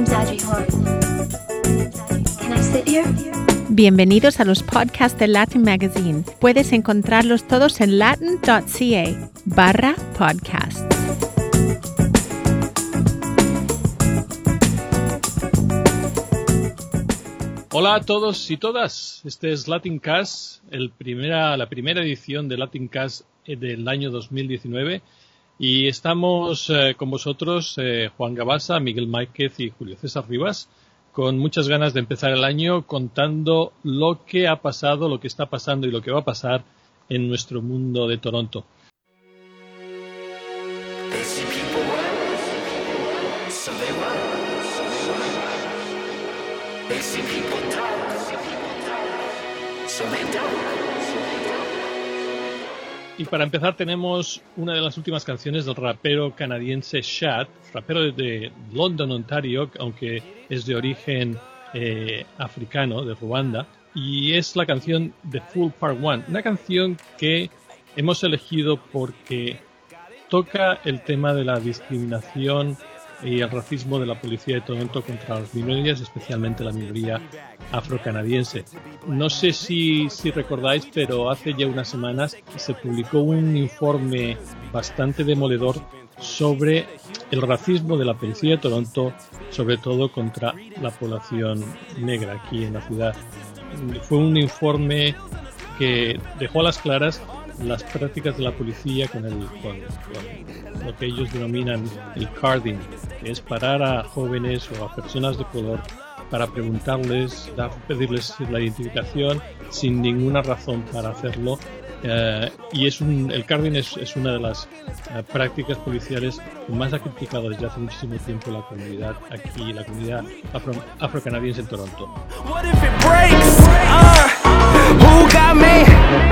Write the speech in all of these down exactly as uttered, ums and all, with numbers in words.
name's Audrey Horn. Can I sit here? Bienvenidos a los podcasts de Latin Magazine. Puedes encontrarlos todos en latin.ca barra podcasts. Hola a todos y todas. Este es Latincast, el primera, la primera edición de Latincast del año dos mil diecinueve. Y estamos eh, con vosotros, eh, Juan Gabasa, Miguel Máquez y Julio César Rivas, con muchas ganas de empezar el año contando lo que ha pasado, lo que está pasando y lo que va a pasar en nuestro mundo de Toronto. Y para empezar tenemos una de las últimas canciones del rapero canadiense Shad, rapero de London, Ontario, aunque es de origen eh, africano, de Ruanda, y es la canción The Fool Part One, una canción que hemos elegido porque toca el tema de la discriminación y el racismo de la policía de Toronto contra las minorías, especialmente la minoría afrocanadiense. No sé si, si recordáis, pero hace ya unas semanas se publicó un informe bastante demoledor sobre el racismo de la policía de Toronto, sobre todo contra la población negra aquí en la ciudad. Fue un informe que dejó a las claras las prácticas de la policía con, el, con, con lo que ellos denominan el carding, que es parar a jóvenes o a personas de color para preguntarles, dar, pedirles la identificación sin ninguna razón para hacerlo. Uh, y es un, el carding es, es una de las uh, prácticas policiales que más ha criticado desde hace muchísimo tiempo la comunidad aquí, la comunidad afro, afrocanadiense en Toronto. What if it breaks? Uh, who got me?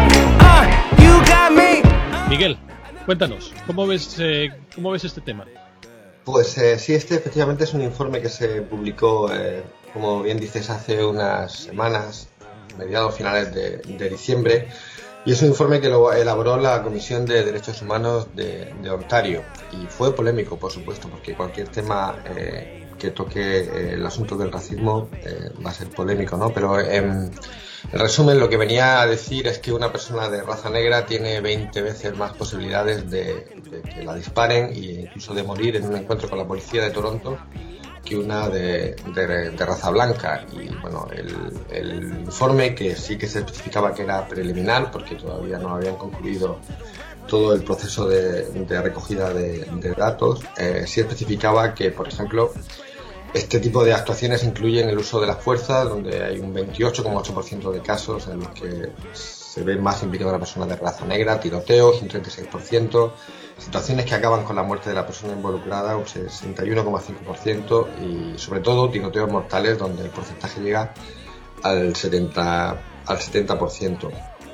Uh, you got me. Miguel, cuéntanos, ¿cómo ves, eh, cómo ves este tema? Pues eh, sí, este efectivamente es un informe que se publicó, eh, como bien dices, hace unas semanas, mediados finales de, de diciembre, y es un informe que lo elaboró la Comisión de Derechos Humanos de, de Ontario, y fue polémico, por supuesto, porque cualquier tema eh, que toque eh, el asunto del racismo eh, va a ser polémico, ¿no? Pero en, en resumen, lo que venía a decir es que una persona de raza negra tiene veinte veces más posibilidades de, de que la disparen e incluso de morir en un encuentro con la policía de Toronto que una de, de, de raza blanca. Y bueno, el, el informe, que sí que se especificaba que era preliminar porque todavía no habían concluido todo el proceso de, de recogida de, de datos, eh, sí especificaba que, por ejemplo, este tipo de actuaciones incluyen el uso de la fuerza, donde hay un veintiocho coma ocho por ciento de casos en los que se ve más implicada una persona de raza negra, tiroteos, un treinta y seis por ciento, situaciones que acaban con la muerte de la persona involucrada, un sesenta y uno coma cinco por ciento, y sobre todo tiroteos mortales, donde el porcentaje llega al setenta por ciento.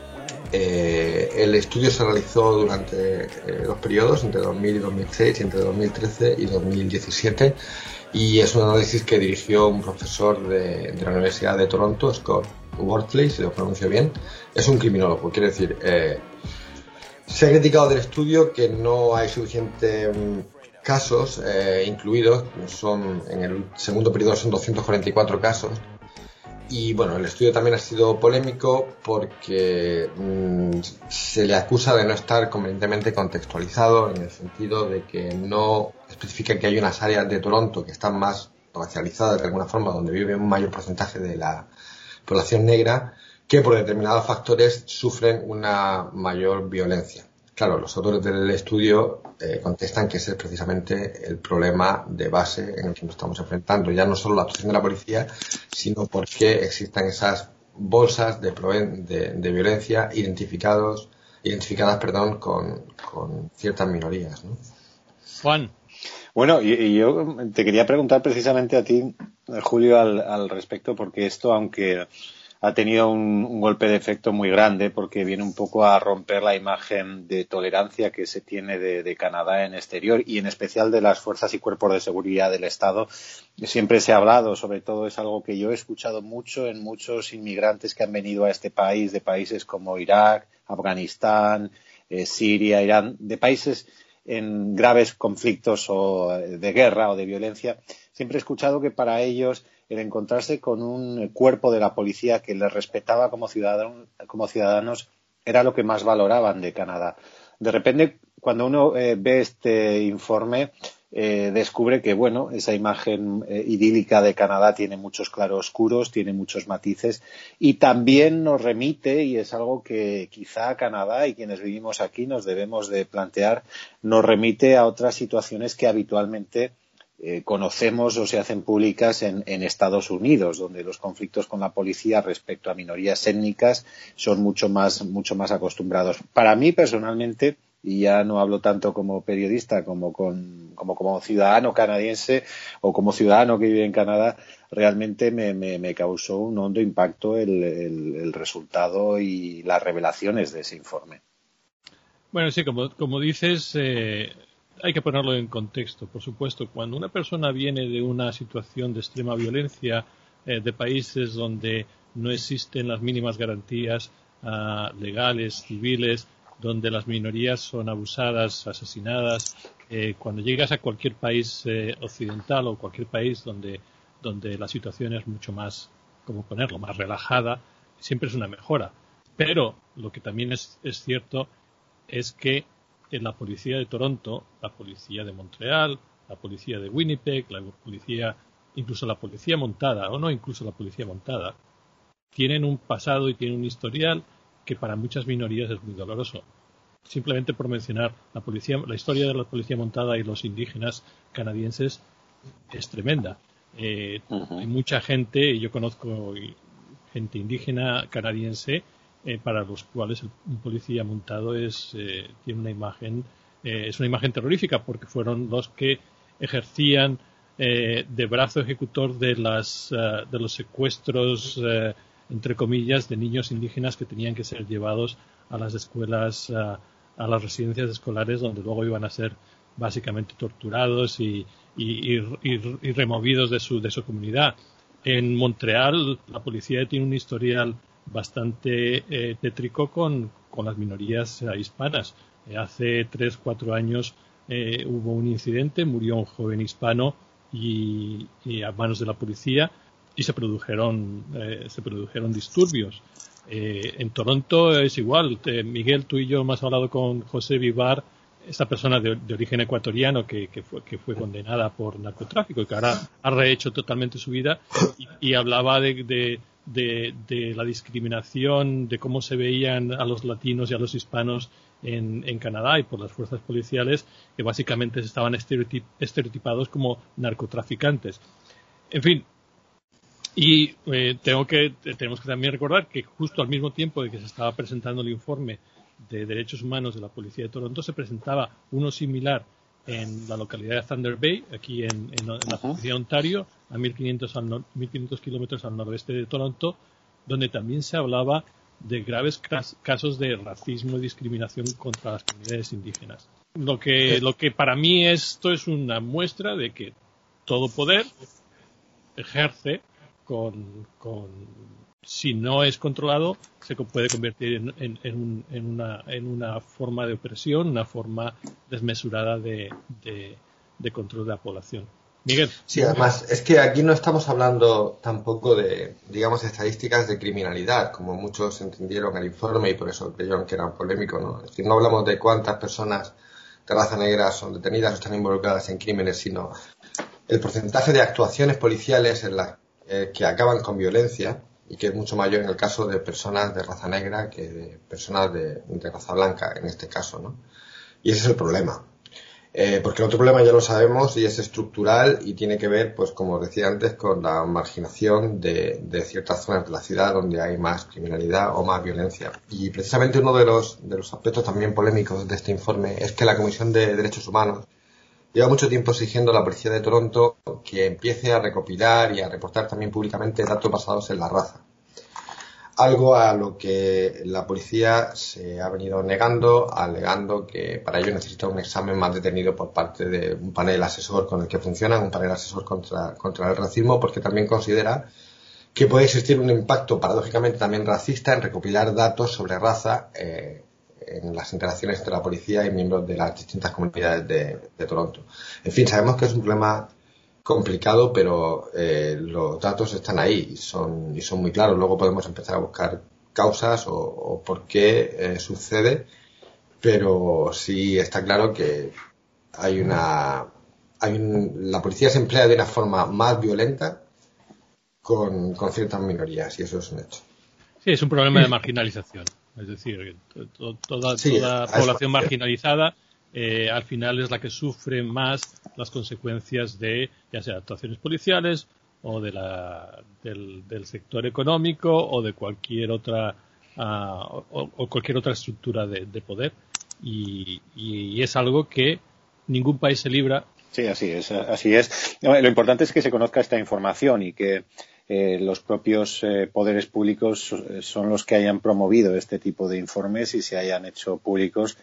Eh, el estudio se realizó durante eh, dos periodos, entre dos mil y dos mil seis, y entre dos mil trece y dos mil diecisiete, y es un análisis que dirigió un profesor de, de la Universidad de Toronto, Scott Wortley, si lo pronuncio bien. Es un criminólogo, quiere decir, eh, se ha criticado del estudio que no hay suficientes um, casos eh, incluidos, son en el segundo periodo son doscientos cuarenta y cuatro casos. Y bueno, el estudio también ha sido polémico porque mmm, se le acusa de no estar convenientemente contextualizado, en el sentido de que no especifica que hay unas áreas de Toronto que están más racializadas de alguna forma, donde vive un mayor porcentaje de la población negra, que por determinados factores sufren una mayor violencia. Claro, los autores del estudio eh, contestan que ese es precisamente el problema de base en el que nos estamos enfrentando. Ya no solo la actuación de la policía, sino porque existan esas bolsas de, de, de violencia identificados, identificadas perdón, con, con ciertas minorías, ¿no? Juan. Bueno, y, y yo te quería preguntar precisamente a ti, Julio, al, al respecto, porque esto, aunque ha tenido un, un golpe de efecto muy grande, porque viene un poco a romper la imagen de tolerancia que se tiene de, de Canadá en exterior, y en especial de las fuerzas y cuerpos de seguridad del Estado. Siempre se ha hablado, sobre todo es algo que yo he escuchado mucho en muchos inmigrantes que han venido a este país, de países como Irak, Afganistán, eh, Siria, Irán, de países en graves conflictos o de guerra o de violencia. siempre he escuchado que para ellos el encontrarse con un cuerpo de la policía que les respetaba como ciudadanos, como ciudadanos era lo que más valoraban de Canadá. De repente, cuando uno eh, ve este informe, eh, descubre que, bueno, esa imagen eh, idílica de Canadá tiene muchos claroscuros, tiene muchos matices y también nos remite, y es algo que quizá Canadá y quienes vivimos aquí nos debemos de plantear, nos remite a otras situaciones que habitualmente Eh, conocemos o se hacen públicas en, en Estados Unidos, donde los conflictos con la policía respecto a minorías étnicas son mucho más, mucho más acostumbrados. Para mí, personalmente, y ya no hablo tanto como periodista como, con, como como ciudadano canadiense o como ciudadano que vive en Canadá, realmente me, me, me causó un hondo impacto el, el, el resultado y las revelaciones de ese informe. Bueno, sí, como, como dices... Eh... Hay que ponerlo en contexto, por supuesto. Cuando una persona viene de una situación de extrema violencia, eh, de países donde no existen las mínimas garantías uh, legales, civiles, donde las minorías son abusadas, asesinadas, eh, cuando llegas a cualquier país eh, occidental o cualquier país donde, donde la situación es mucho más, ¿cómo ponerlo?, más relajada, siempre es una mejora. Pero lo que también es, es cierto es que en la policía de Toronto, la policía de Montreal, la policía de Winnipeg, la policía, incluso la policía montada, o no incluso la policía montada, tienen un pasado y tienen un historial que para muchas minorías es muy doloroso. Simplemente por mencionar, la policía, la historia de la policía montada y los indígenas canadienses es tremenda. Eh, uh-huh. Hay mucha gente, y yo conozco gente indígena canadiense, Eh, para los cuales el, un policía montado es eh, tiene una imagen eh, es una imagen terrorífica, porque fueron los que ejercían eh, de brazo ejecutor de las uh, de los secuestros uh, entre comillas de niños indígenas que tenían que ser llevados a las escuelas, uh, a las residencias escolares, donde luego iban a ser básicamente torturados y, y, y, y, y removidos de su de su comunidad. En Montreal la policía tiene un historial bastante eh, tétrico con, con las minorías eh, hispanas. Eh, hace tres, cuatro años eh, hubo un incidente, murió un joven hispano y, y a manos de la policía, y se produjeron eh, se produjeron disturbios. Eh, en Toronto es igual. Eh, Miguel, tú y yo hemos hablado con José Vivar, esta persona de, de origen ecuatoriano que, que, fue, que fue condenada por narcotráfico y que ahora ha rehecho totalmente su vida, y, y hablaba de, de De, de la discriminación, de cómo se veían a los latinos y a los hispanos en, en Canadá y por las fuerzas policiales, que básicamente estaban estereotip, estereotipados como narcotraficantes. En fin, y eh, tengo que, tenemos que también recordar que justo al mismo tiempo de que se estaba presentando el informe de derechos humanos de la policía de Toronto, se presentaba uno similar en la localidad de Thunder Bay, aquí en, en, en la provincia de Ontario, a mil quinientos kilómetros al noroeste de Toronto, donde también se hablaba de graves casos de racismo y discriminación contra las comunidades indígenas. Lo que, lo que para mí esto es una muestra de que todo poder ejerce con, con si no es controlado, se puede convertir en, en, en, un, en, una, en una forma de opresión, una forma desmesurada de, de, de control de la población. Miguel. Sí, además, es que aquí no estamos hablando tampoco de, digamos, estadísticas de criminalidad, como muchos entendieron el informe y por eso creyeron que era polémico, ¿no? Es decir, no hablamos de cuántas personas de raza negra son detenidas o están involucradas en crímenes, sino el porcentaje de actuaciones policiales en las eh, que acaban con violencia, y que es mucho mayor en el caso de personas de raza negra que de personas de, de raza blanca, en este caso, ¿no? Y ese es el problema. Eh, porque el otro problema ya lo sabemos y es estructural y tiene que ver, pues como decía antes, con la marginación de, de ciertas zonas de la ciudad donde hay más criminalidad o más violencia. Y precisamente uno de los, de los aspectos también polémicos de este informe es que la Comisión de Derechos Humanos lleva mucho tiempo exigiendo a la Policía de Toronto que empiece a recopilar y a reportar también públicamente datos basados en la raza. Algo a lo que la policía se ha venido negando, alegando que para ello necesita un examen más detenido por parte de un panel asesor con el que funciona, un panel asesor contra, contra el racismo, porque también considera que puede existir un impacto paradójicamente también racista en recopilar datos sobre raza eh, en las interacciones entre la policía y miembros de las distintas comunidades de, de Toronto. En fin, sabemos que es un problema complicado, pero eh, los datos están ahí y son, y son muy claros. Luego podemos empezar a buscar causas o, o por qué eh, sucede, pero sí está claro que hay una, hay un, la policía se emplea de una forma más violenta con, con ciertas minorías y eso es un hecho. Sí, es un problema de marginalización. Es decir, to, toda, sí, toda población marginalizada eh, al final es la que sufre más las consecuencias de, ya sea actuaciones policiales o de la, del, del sector económico o de cualquier otra uh, o, o cualquier otra estructura de, de poder y, y es algo que ningún país se libra. Sí, así es, así es. Lo importante es que se conozca esta información y que eh, los propios eh, poderes públicos son los que hayan promovido este tipo de informes y se hayan hecho públicos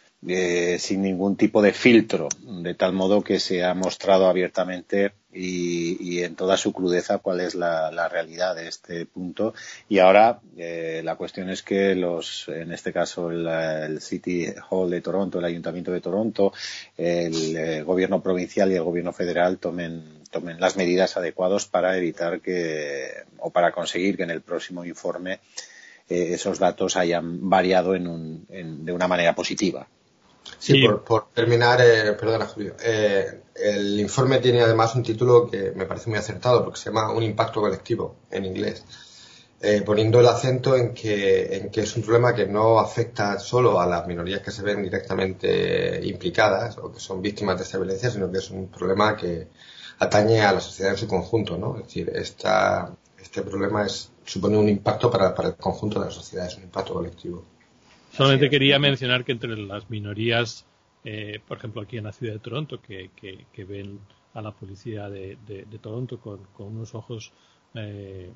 eh, sin ningún tipo de filtro, de tal modo que se ha mostrado abiertamente y, y en toda su crudeza cuál es la, la realidad de este punto. Y ahora eh, la cuestión es que los, en este caso el, el City Hall de Toronto, el Ayuntamiento de Toronto, el, el gobierno provincial y el gobierno federal tomen, tomen las medidas adecuadas para evitar que o para conseguir que en el próximo informe eh, esos datos hayan variado en un, en, de una manera positiva. Sí, sí. Por, por terminar, eh, perdona Julio, eh, el informe tiene además un título que me parece muy acertado porque se llama Un impacto colectivo en inglés, eh, poniendo el acento en que, en que es un problema que no afecta solo a las minorías que se ven directamente implicadas o que son víctimas de esta violencia, sino que es un problema que atañe a la sociedad en su conjunto, ¿no? Es decir, esta, este problema es, supone un impacto para, para el conjunto de la sociedad, es un impacto colectivo. Solamente quería mencionar que entre las minorías, eh, por ejemplo aquí en la ciudad de Toronto, que, que, que ven a la policía de, de, de Toronto con, con unos ojos eh,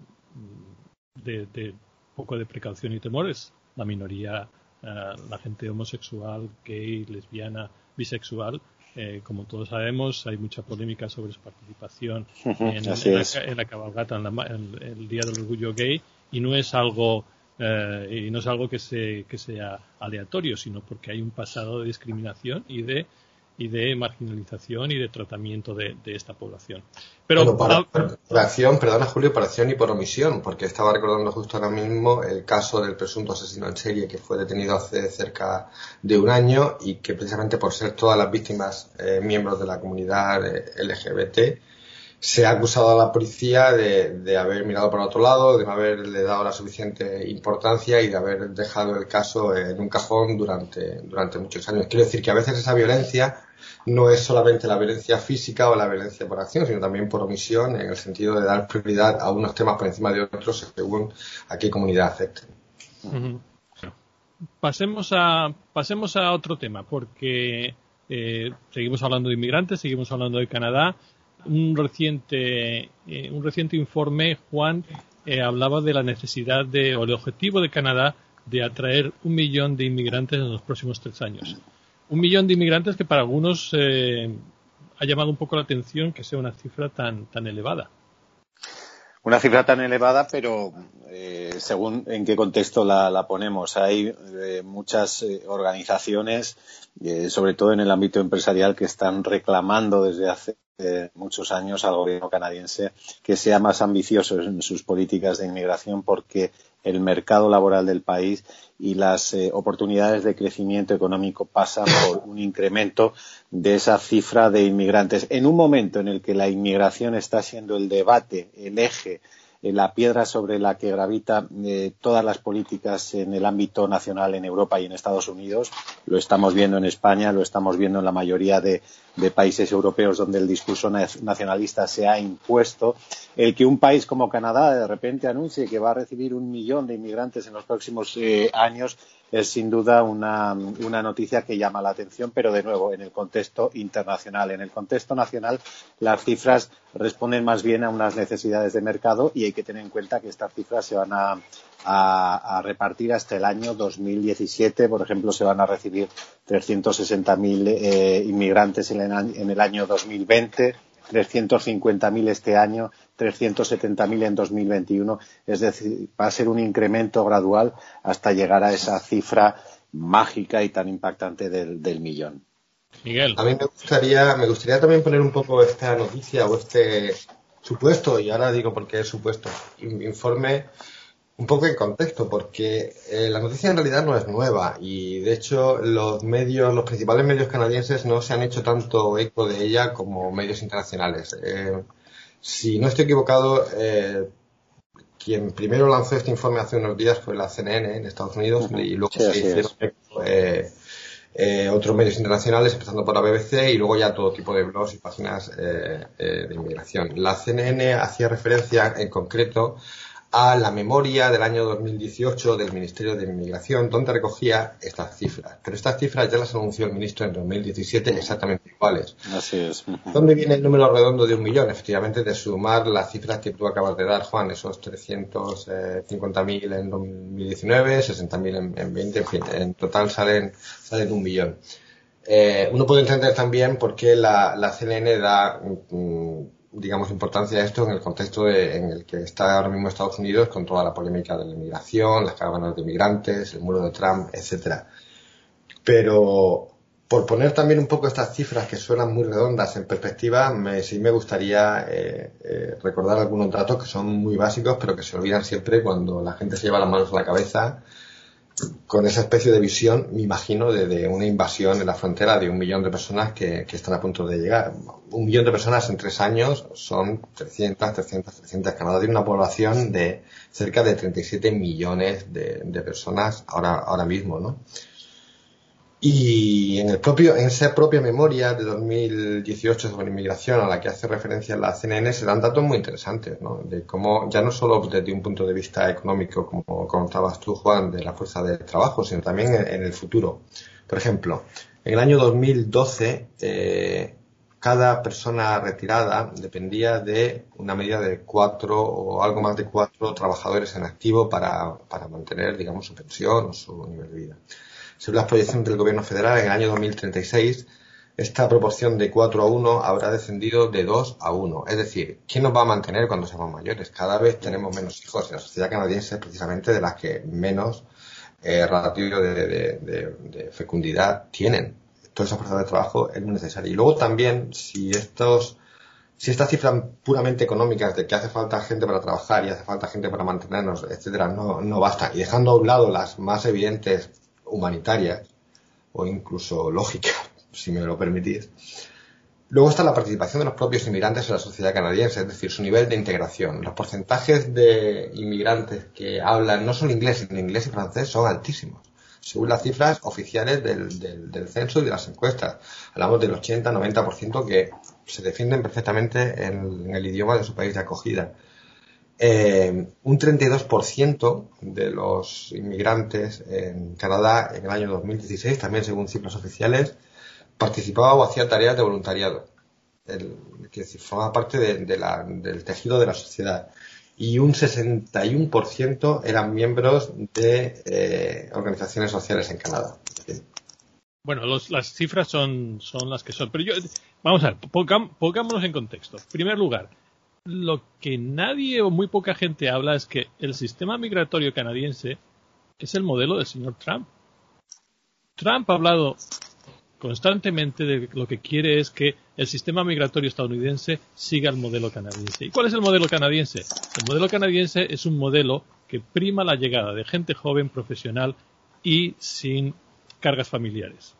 de, de poco de precaución y temores, la minoría, eh, la gente homosexual, gay, lesbiana, bisexual, eh, como todos sabemos, hay mucha polémica sobre su participación en, en, la, en la cabalgata, en, la, en el Día del Orgullo Gay, y no es algo Eh, y no es algo que, se, que sea aleatorio, sino porque hay un pasado de discriminación y de y de marginalización y de tratamiento de, de esta población. Pero bueno, para, por, por acción, perdona Julio, por acción y por omisión, porque estaba recordando justo ahora mismo el caso del presunto asesino en serie que fue detenido hace cerca de un año y que precisamente por ser todas las víctimas eh, miembros de la comunidad L G B T, se ha acusado a la policía de, de haber mirado para otro lado, de no haberle dado la suficiente importancia y de haber dejado el caso en un cajón durante, durante muchos años. Quiero decir que a veces esa violencia no es solamente la violencia física o la violencia por acción, sino también por omisión, en el sentido de dar prioridad a unos temas por encima de otros según a qué comunidad afecten. Uh-huh. Pasemos a, pasemos a otro tema, porque eh, seguimos hablando de inmigrantes, seguimos hablando de Canadá. Un reciente eh, un reciente informe, Juan, eh, hablaba de la necesidad de o el objetivo de Canadá de atraer un millón de inmigrantes en los próximos tres años. Un millón de inmigrantes que para algunos eh, ha llamado un poco la atención que sea una cifra tan tan elevada. Una cifra tan elevada, pero eh, según en qué contexto la, la ponemos. Hay eh, muchas eh, organizaciones, eh, sobre todo en el ámbito empresarial, que están reclamando desde hace eh, muchos años al gobierno canadiense que sea más ambicioso en sus políticas de inmigración, porque el mercado laboral del país y las eh, oportunidades de crecimiento económico pasan por un incremento de esa cifra de inmigrantes. En un momento en el que la inmigración está siendo el debate, el eje, eh, la piedra sobre la que gravita eh, todas las políticas en el ámbito nacional en Europa y en Estados Unidos, lo estamos viendo en España, lo estamos viendo en la mayoría de, de países europeos donde el discurso nacionalista se ha impuesto. El que un país como Canadá de repente anuncie que va a recibir un millón de inmigrantes en los próximos eh, años es sin duda una, una noticia que llama la atención, pero de nuevo en el contexto internacional. En el contexto nacional las cifras responden más bien a unas necesidades de mercado y hay que tener en cuenta que estas cifras se van a, a, a repartir hasta el año dos mil diecisiete. Por ejemplo, se van a recibir trescientos sesenta mil eh, inmigrantes en el, en el año dos mil veinte, trescientos cincuenta mil este año, trescientos setenta mil en dos mil veintiuno, es decir, va a ser un incremento gradual hasta llegar a esa cifra mágica y tan impactante del, del millón. Miguel. A mí me gustaría, me gustaría también poner un poco esta noticia o este supuesto, y ahora digo por qué es supuesto, informe un poco en contexto, porque eh, la noticia en realidad no es nueva y de hecho los medios, los principales medios canadienses no se han hecho tanto eco de ella como medios internacionales. Eh, si no estoy equivocado, eh, quien primero lanzó este informe hace unos días fue la C N N en Estados Unidos, uh-huh. y luego sí, se hicieron eco eh, eh, otros medios internacionales, empezando por la B B C y luego ya todo tipo de blogs y páginas eh, eh, de inmigración. La C N N hacía referencia en concreto a la memoria del año dos mil dieciocho del Ministerio de Inmigración, donde recogía estas cifras. Pero estas cifras ya las anunció el ministro en dos mil diecisiete exactamente iguales. Así es. ¿Dónde viene el número redondo de un millón? Efectivamente, de sumar las cifras que tú acabas de dar, Juan, esos trescientos cincuenta mil en dos mil diecinueve, sesenta mil en, en veinte, en fin, en total salen, salen un millón. Eh, uno puede entender también por qué la, la C N N da... Mm, digamos, importancia a esto en el contexto de, en el que está ahora mismo Estados Unidos con toda la polémica de la inmigración, las caravanas de inmigrantes, el muro de Trump, etcétera. Pero por poner también un poco estas cifras que suenan muy redondas en perspectiva, me, sí me gustaría eh, eh, recordar algunos datos que son muy básicos, pero que se olvidan siempre cuando la gente se lleva las manos a la cabeza con esa especie de visión, me imagino, de, de una invasión en la frontera de un millón de personas que, que están a punto de llegar. Un millón de personas en tres años son trescientas, trescientas, trescientas. Canadá tiene una población de cerca de treinta y siete millones de, de personas ahora, ahora mismo, ¿no? Y en el propio, en esa propia memoria de dos mil dieciocho sobre inmigración a la que hace referencia la C N N se dan datos muy interesantes, ¿no? De cómo, ya no solo desde un punto de vista económico, como contabas tú, Juan, de la fuerza de trabajo, sino también en, en el futuro. Por ejemplo, en el año dos mil doce, eh, cada persona retirada dependía de una medida de cuatro o algo más de cuatro trabajadores en activo para, para mantener, digamos, su pensión o su nivel de vida. Según las proyecciones del gobierno federal, en el año dos mil treinta y seis, esta proporción de cuatro a uno habrá descendido de dos a uno. Es decir, ¿quién nos va a mantener cuando seamos mayores? Cada vez tenemos menos hijos y la sociedad canadiense es precisamente de las que menos eh, ratio de, de, de, de fecundidad tienen. Toda esa fuerza de trabajo es muy necesaria. Y luego también, si estos, si estas cifras puramente económicas de que hace falta gente para trabajar y hace falta gente para mantenernos, etcétera, no, no bastan. Y dejando a un lado las más evidentes humanitarias o incluso lógicas, si me lo permitís. Luego está la participación de los propios inmigrantes en la sociedad canadiense, es decir, su nivel de integración. Los porcentajes de inmigrantes que hablan no solo inglés, sino inglés y francés son altísimos, según las cifras oficiales del, del, del censo y de las encuestas. Hablamos del ochenta a noventa por ciento que se defienden perfectamente en, en el idioma de su país de acogida. Eh, un treinta y dos por ciento de los inmigrantes en Canadá en el año dos mil dieciséis, también según cifras oficiales, participaba o hacía tareas de voluntariado. El, que decir, formaba parte de, de la, del tejido de la sociedad. Y un sesenta y uno por ciento eran miembros de eh, organizaciones sociales en Canadá. Bueno, los, las cifras son, son las que son. Pero yo, vamos a ver, pongam, pongámonos en contexto. En primer lugar, lo que nadie o muy poca gente habla es que el sistema migratorio canadiense es el modelo del señor Trump. Trump ha hablado constantemente de lo que quiere es que el sistema migratorio estadounidense siga el modelo canadiense. ¿Y cuál es el modelo canadiense? El modelo canadiense es un modelo que prima la llegada de gente joven, profesional y sin cargas familiares.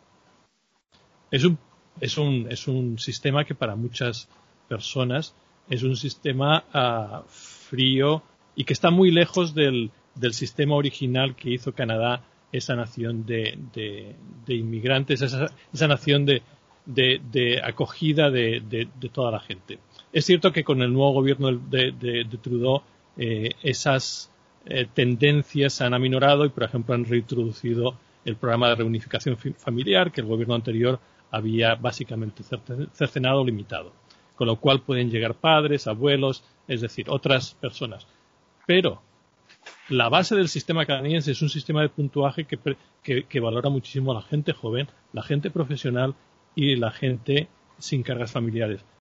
Es un, es un, es un sistema que para muchas personas es un sistema uh, frío y que está muy lejos del, del sistema original que hizo Canadá, esa nación de, de, de inmigrantes, esa, esa nación de, de, de acogida de, de, de toda la gente. Es cierto que con el nuevo gobierno de, de, de Trudeau eh, esas eh, tendencias se han aminorado y, por ejemplo, han reintroducido el programa de reunificación familiar que el gobierno anterior había básicamente cercenado o limitado. Con lo cual pueden llegar padres, abuelos, es decir, otras personas. Pero la base del sistema canadiense es un sistema de puntuaje que, que, que valora muchísimo a la gente joven, la gente profesional y la gente sin cargas familiares.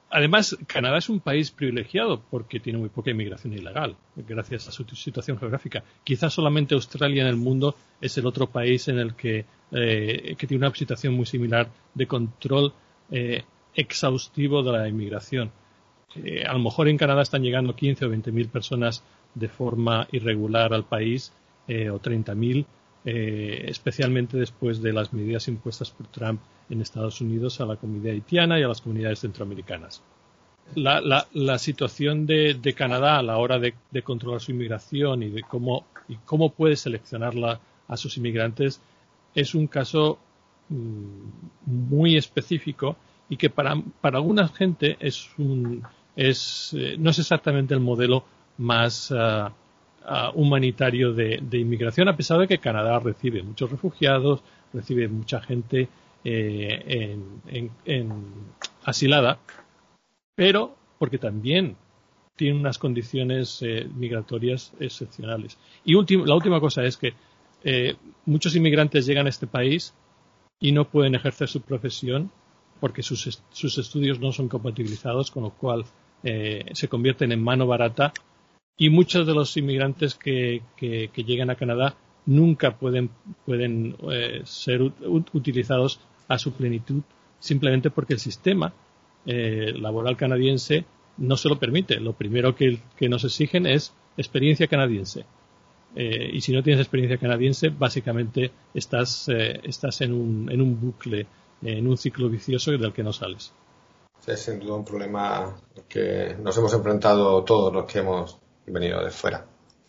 además, Canadá es un país privilegiado porque tiene muy poca inmigración ilegal, gracias a su situación geográfica. Quizás solamente Australia en el mundo es el otro país en el que, eh, que tiene una situación muy similar de control eh, exhaustivo de la inmigración. Eh, a lo mejor en Canadá están llegando quince o veinte mil personas de forma irregular al país, eh, o treinta mil, eh, especialmente después de las medidas impuestas por Trump en Estados Unidos a la comunidad haitiana y a las comunidades centroamericanas. La, la, la situación de, de Canadá a la hora de, de controlar su inmigración y de cómo, y cómo puede seleccionarla a sus inmigrantes es un caso mmm, muy específico y que para, para alguna gente es un, es, eh, no es exactamente el modelo más uh, uh, humanitario de, de inmigración, a pesar de que Canadá recibe muchos refugiados, recibe mucha gente eh, en, en, en asilada, pero porque también tiene unas condiciones eh, migratorias excepcionales. Y último, la última cosa es que eh, muchos inmigrantes llegan a este país y no pueden ejercer su profesión porque sus, est- sus estudios no son compatibilizados, con lo cual eh, se convierten en mano barata, y muchos de los inmigrantes que, que, que llegan a Canadá nunca pueden, pueden eh, ser ut- utilizados a su plenitud, simplemente porque el sistema eh, laboral canadiense no se lo permite. Lo primero que, que nos exigen es experiencia canadiense. Eh, y si no tienes experiencia canadiense, básicamente estás, eh, estás en, un, en un bucle, en un ciclo vicioso del que no sales. Es sin duda un problema que nos hemos enfrentado todos los que hemos venido de fuera.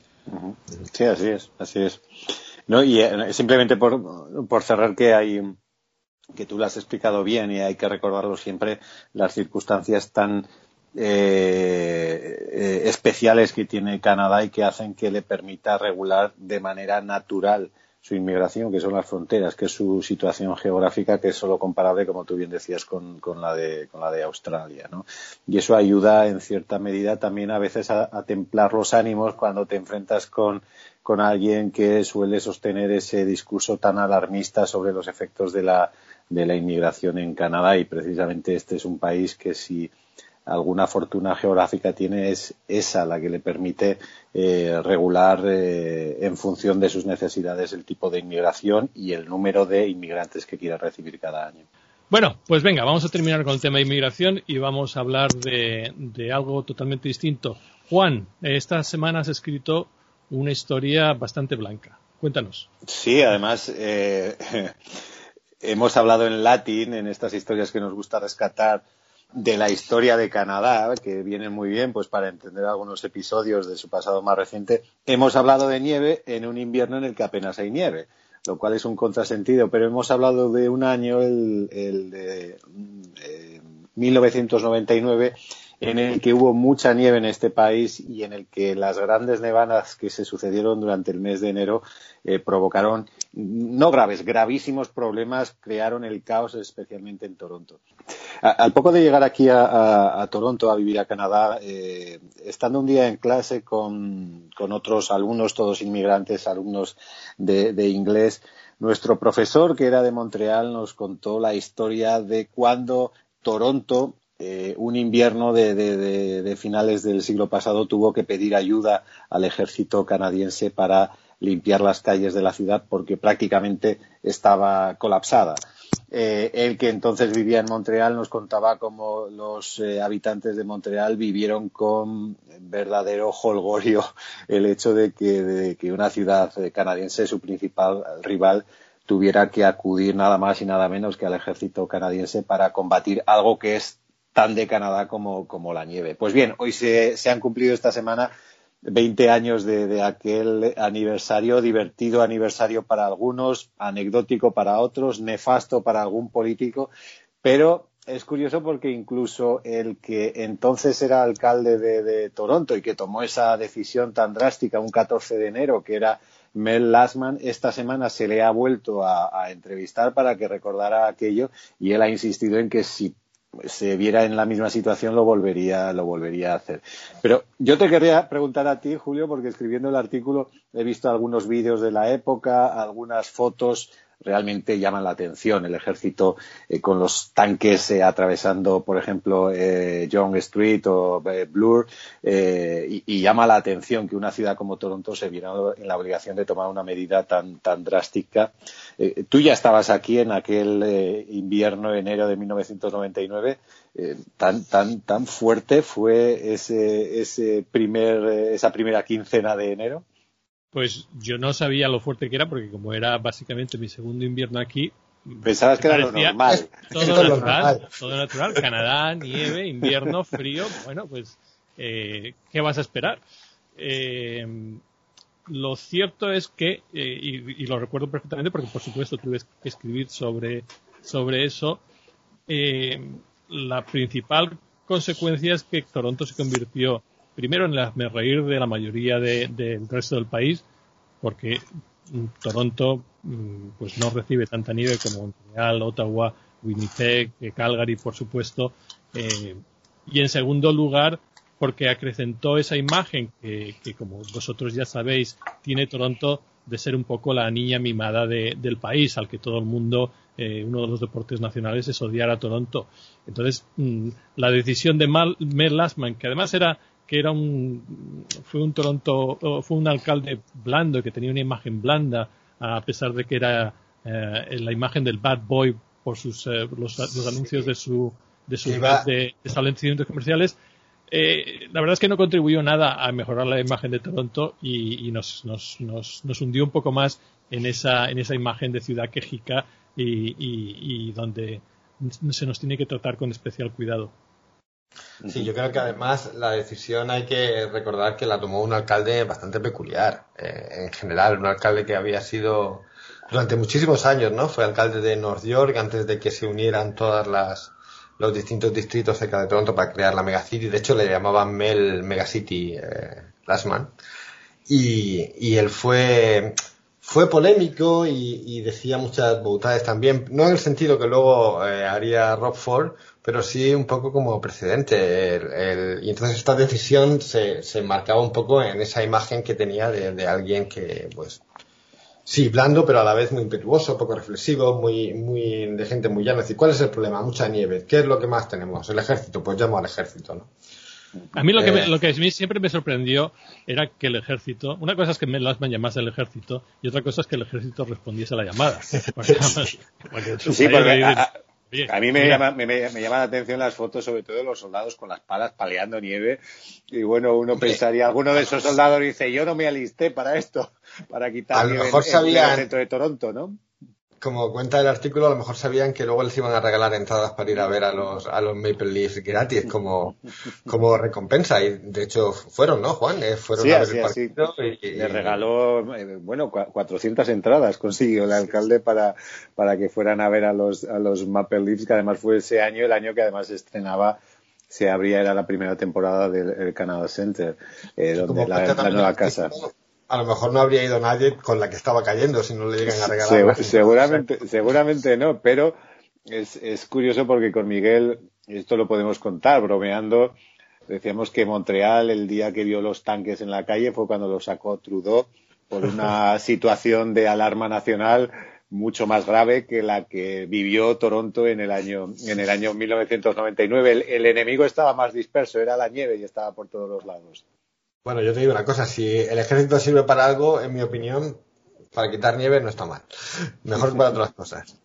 Sí, así es, así es. No, y eh, simplemente por, por cerrar, que hay, que tú lo has explicado bien y hay que recordarlo siempre, las circunstancias tan eh, eh, especiales que tiene Canadá y que hacen que le permita regular de manera natural su inmigración, que son las fronteras, que es su situación geográfica, que es solo comparable, como tú bien decías, con, con la de con la de Australia, ¿no? Y eso ayuda en cierta medida también a veces a, a templar los ánimos cuando te enfrentas con, con alguien que suele sostener ese discurso tan alarmista sobre los efectos de la de la inmigración en Canadá. Y precisamente este es un país que, si alguna fortuna geográfica tiene, es esa la que le permite eh, regular eh, en función de sus necesidades el tipo de inmigración y el número de inmigrantes que quiera recibir cada año. Bueno, pues venga, vamos a terminar con el tema de inmigración y vamos a hablar de, de algo totalmente distinto. Juan, esta semana has escrito una historia bastante blanca. Cuéntanos. Sí, además eh, hemos hablado en latín, en estas historias que nos gusta rescatar, de la historia de Canadá, que viene muy bien pues para entender algunos episodios de su pasado más reciente. Hemos hablado de nieve en un invierno en el que apenas hay nieve, lo cual es un contrasentido, pero hemos hablado de un año, el, el de eh, mil novecientos noventa y nueve, en el que hubo mucha nieve en este país y en el que las grandes nevadas que se sucedieron durante el mes de enero eh, provocaron, no graves, gravísimos problemas, crearon el caos, especialmente en Toronto. A, al poco de llegar aquí a, a, a Toronto, a vivir a Canadá, eh, estando un día en clase con, con otros alumnos, todos inmigrantes, alumnos de, de inglés, nuestro profesor, que era de Montreal, nos contó la historia de cuando Toronto, Eh, un invierno de, de, de, de finales del siglo pasado, tuvo que pedir ayuda al ejército canadiense para limpiar las calles de la ciudad porque prácticamente estaba colapsada. Eh, él, que entonces vivía en Montreal, nos contaba cómo los eh, habitantes de Montreal vivieron con verdadero jolgorio el hecho de que, de que una ciudad canadiense, su principal rival, tuviera que acudir nada más y nada menos que al ejército canadiense para combatir algo que es tan de Canadá como, como la nieve. Pues bien, hoy se, se han cumplido esta semana veinte años de, de aquel aniversario, divertido aniversario para algunos, anecdótico para otros, nefasto para algún político, pero es curioso porque incluso el que entonces era alcalde de, de Toronto y que tomó esa decisión tan drástica un catorce de enero, que era Mel Lastman, esta semana se le ha vuelto a, a entrevistar para que recordara aquello, y él ha insistido en que si se viera en la misma situación lo volvería lo volvería a hacer. Pero yo te querría preguntar a ti, Julio, porque escribiendo el artículo he visto algunos vídeos de la época, algunas fotos realmente llaman la atención. El ejército eh, con los tanques eh, atravesando, por ejemplo, eh, Yonge Street o eh, Bloor, eh, y, y llama la atención que una ciudad como Toronto se viera en la obligación de tomar una medida tan, tan drástica. Eh, tú ya estabas aquí en aquel eh, invierno, enero de mil novecientos noventa y nueve. Eh, tan, tan, tan fuerte fue ese, ese primer, eh, esa primera quincena de enero. Pues yo no sabía lo fuerte que era, porque como era básicamente mi segundo invierno aquí, pensabas que era lo normal. Todo natural, todo natural. Canadá, nieve, invierno, frío. Bueno, pues, eh, ¿qué vas a esperar? Eh, lo cierto es que, eh, y, y lo recuerdo perfectamente porque, por supuesto, tuve que escribir sobre, sobre eso, eh, la principal consecuencia es que Toronto se convirtió primero en el hazmerreír de la mayoría de, del resto del país, porque Toronto pues no recibe tanta nieve como Montreal, Ottawa, Winnipeg, Calgary, por supuesto, eh, y en segundo lugar porque acrecentó esa imagen que, que, como vosotros ya sabéis, tiene Toronto de ser un poco la niña mimada de, del país, al que todo el mundo, eh, uno de los deportes nacionales es odiar a Toronto. Entonces, mmm, la decisión de Mal, Mayor Lastman, que además era que era un fue un Toronto fue un alcalde blando, que tenía una imagen blanda, a pesar de que era eh, la imagen del bad boy por sus eh, los, los anuncios de su de sus de, de establecimientos comerciales. Eh, la verdad es que no contribuyó nada a mejorar la imagen de Toronto y, y nos, nos, nos, nos hundió un poco más en esa en esa imagen de ciudad quejica y, y, y donde se nos tiene que tratar con especial cuidado. Sí, yo creo que además la decisión hay que recordar que la tomó un alcalde bastante peculiar, eh, en general, un alcalde que había sido durante muchísimos años, ¿no? Fue alcalde de North York antes de que se unieran todas las los distintos distritos cerca de Toronto para crear la megacity. De hecho, le llamaban Mel Megacity eh, Lastman. Y, y él fue fue polémico y, y decía muchas boutades también, no en el sentido que luego eh, haría Rob Ford, pero sí un poco como precedente. El, el, y entonces esta decisión se, se marcaba un poco en esa imagen que tenía de, de alguien que, pues, sí, blando, pero a la vez muy impetuoso, poco reflexivo, muy, muy, de gente muy llana. Es decir, ¿cuál es el problema? Mucha nieve. ¿Qué es lo que más tenemos? El ejército. Pues llamo al ejército, ¿no? A mí lo que, eh, me, lo que a mí siempre me sorprendió era que el ejército, una cosa es que Mel Lastman llamase al ejército y otra cosa es que el ejército respondiese a la llamada. Porque, porque sí, porque a, a, a mí me llama, me, me llama la atención las fotos, sobre todo de los soldados con las palas paleando nieve. Y bueno, uno pensaría, alguno de esos soldados dice, yo no me alisté para esto, para quitar nieve en, sabían, en el centro de Toronto, ¿no? Como cuenta el artículo, a lo mejor sabían que luego les iban a regalar entradas para ir a ver a los a los Maple Leafs gratis como, como recompensa. Y de hecho fueron, ¿no, Juan? Eh, fueron sí, a ver así, el partido. Así. Y, y... Le regaló, eh, bueno, cuatrocientas entradas consiguió el alcalde para, para que fueran a ver a los, a los Maple Leafs, que además fue ese año, el año que además se estrenaba, se abría, era la primera temporada del Canada Center, eh, donde la, la nueva casa. A lo mejor no habría ido nadie con la que estaba cayendo si no le llegan a regalar. Se, seguramente, seguramente no, pero es, es curioso porque con Miguel, esto lo podemos contar, bromeando, decíamos que Montreal, el día que vio los tanques en la calle, fue cuando lo sacó Trudeau por una situación de alarma nacional mucho más grave que la que vivió Toronto en el año, en el año mil novecientos noventa y nueve. El, el enemigo estaba más disperso, era la nieve y estaba por todos los lados. Bueno, yo te digo una cosa, si el ejército sirve para algo, en mi opinión, para quitar nieve no está mal. Mejor que para otras cosas.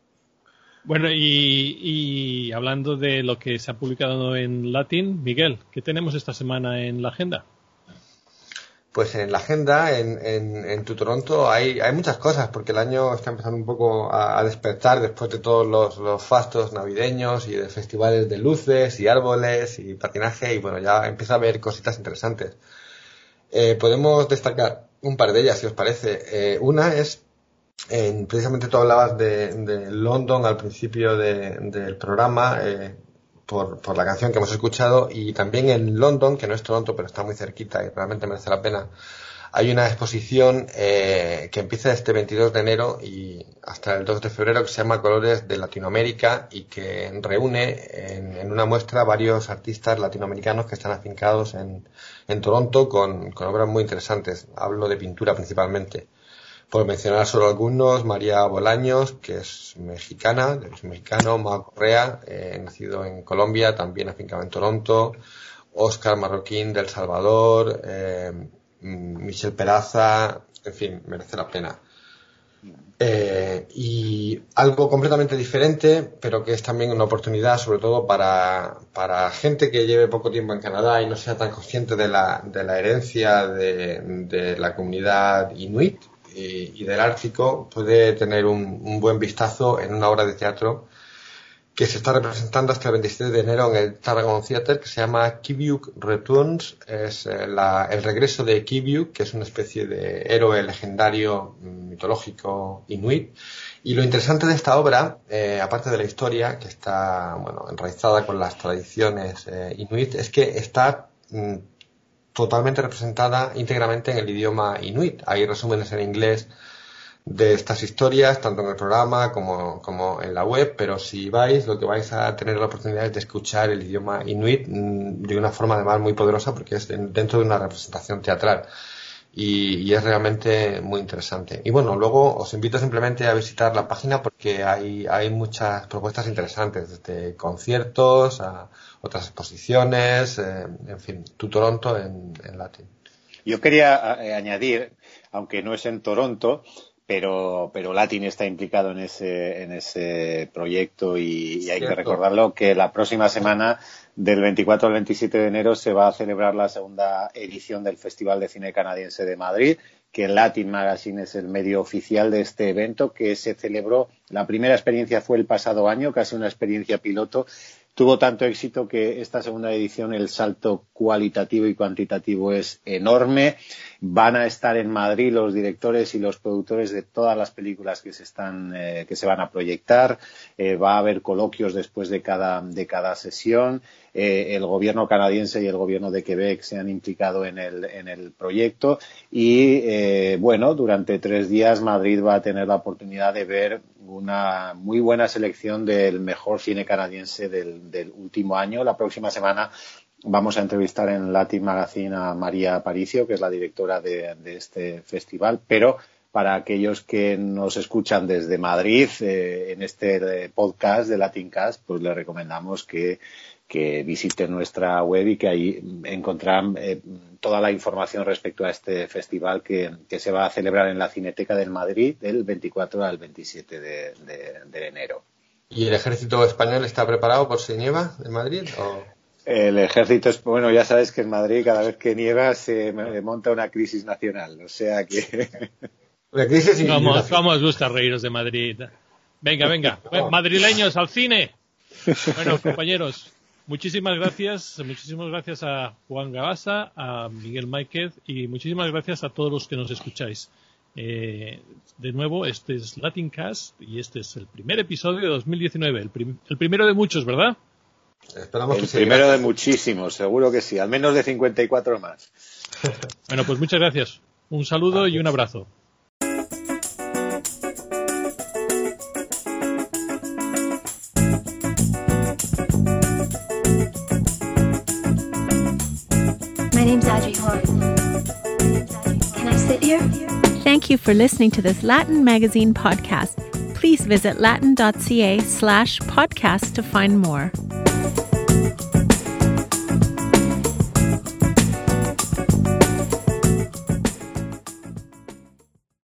Bueno, y, y hablando de lo que se ha publicado en Latin, Miguel, ¿qué tenemos esta semana en la agenda? Pues en la agenda, en, en, en tu Toronto, hay, hay muchas cosas, porque el año está empezando un poco a, a despertar después de todos los, los fastos navideños y de festivales de luces y árboles y patinaje, y bueno, ya empieza a haber cositas interesantes. Eh, podemos destacar un par de ellas, si os parece. Eh, una es, en, precisamente tú hablabas de, de London al principio de, del programa, eh, Por, por la canción que hemos escuchado, y también en London, que no es Toronto pero está muy cerquita y realmente merece la pena, hay una exposición eh, que empieza este veintidós de enero y hasta el dos de febrero, que se llama Colores de Latinoamérica, y que reúne en, en una muestra varios artistas latinoamericanos que están afincados en, en Toronto con, con obras muy interesantes. Hablo de pintura principalmente. por mencionar solo algunos, María Bolaños, que es mexicana, de origen mexicano, Mao Correa, eh, nacido en Colombia, también afincado en Toronto, Óscar Marroquín de El Salvador, eh, Michelle Peraza, en fin, merece la pena. Eh, y algo completamente diferente, pero que es también una oportunidad, sobre todo para, para gente que lleve poco tiempo en Canadá y no sea tan consciente de la, de la herencia de, de la comunidad inuit y, y del Ártico, puede tener un, un buen vistazo en una obra de teatro que se está representando hasta el veintisiete de enero en el Tarragon Theatre, que se llama Kiviuk Returns. Es eh, la, el regreso de Kiviuk, que es una especie de héroe legendario mitológico inuit. Y lo interesante de esta obra, eh, aparte de la historia, que está bueno enraizada con las tradiciones eh, inuit, es que está mm, totalmente representada íntegramente en el idioma inuit. Hay resúmenes en inglés de estas historias, tanto en el programa como, como en la web, pero si vais, lo que vais a tener la oportunidad es de escuchar el idioma inuit de una forma además muy poderosa, porque es dentro de una representación teatral y, y es realmente muy interesante. Y bueno, luego os invito simplemente a visitar la página porque hay, hay muchas propuestas interesantes, desde conciertos a otras exposiciones, eh, en fin, Tu Toronto en, en latín. Yo quería eh, añadir, aunque no es en Toronto, pero pero Latin está implicado en ese en ese proyecto y, y hay Cierto. que recordarlo, que la próxima semana, del veinticuatro al veintisiete de enero, se va a celebrar la segunda edición del Festival de Cine Canadiense de Madrid, que Latin Magazine es el medio oficial de este evento, que se celebró, la primera experiencia fue el pasado año, casi una experiencia piloto. Tuvo tanto éxito que esta segunda edición, el salto cualitativo y cuantitativo es enorme. Van a estar en Madrid los directores y los productores de todas las películas que se están eh, que se van a proyectar. Eh, va a haber coloquios después de cada de cada sesión. Eh, el gobierno canadiense y el gobierno de Quebec se han implicado en el en el proyecto y eh, bueno, durante tres días Madrid va a tener la oportunidad de ver una muy buena selección del mejor cine canadiense del, del último año. La próxima semana vamos a entrevistar en Latin Magazine a María Aparicio, que es la directora de, de este festival, pero para aquellos que nos escuchan desde Madrid, eh, en este podcast de Latincast, pues les recomendamos que, que visiten nuestra web y que ahí encontrarán eh, toda la información respecto a este festival que, que se va a celebrar en la Cineteca del Madrid del veinticuatro al veintisiete de, de, de enero. ¿Y el ejército español está preparado por si nieva en Madrid? ¿O? El ejército, bueno, ya sabes que en Madrid cada vez que nieva se monta una crisis nacional, o sea que... La crisis y ¿Cómo, ¿Cómo os gusta reíros de Madrid? Venga, venga, madrileños, al cine. Bueno, compañeros, muchísimas gracias, muchísimas gracias a Juan Gabasa, a Miguel Máiquez y muchísimas gracias a todos los que nos escucháis. Eh, de nuevo, este es Latincast y este es el primer episodio de dos mil diecinueve, el, prim- el primero de muchos, ¿verdad? Esperamos el que primero de muchísimos, seguro que sí, al menos de cincuenta y cuatro más. Bueno, pues muchas gracias. Un saludo gracias. Y un abrazo. My name's Audrey Horn. Can I sit here? Thank you for listening to this Latin Magazine podcast. Please visit latin.ca slash podcast to find more.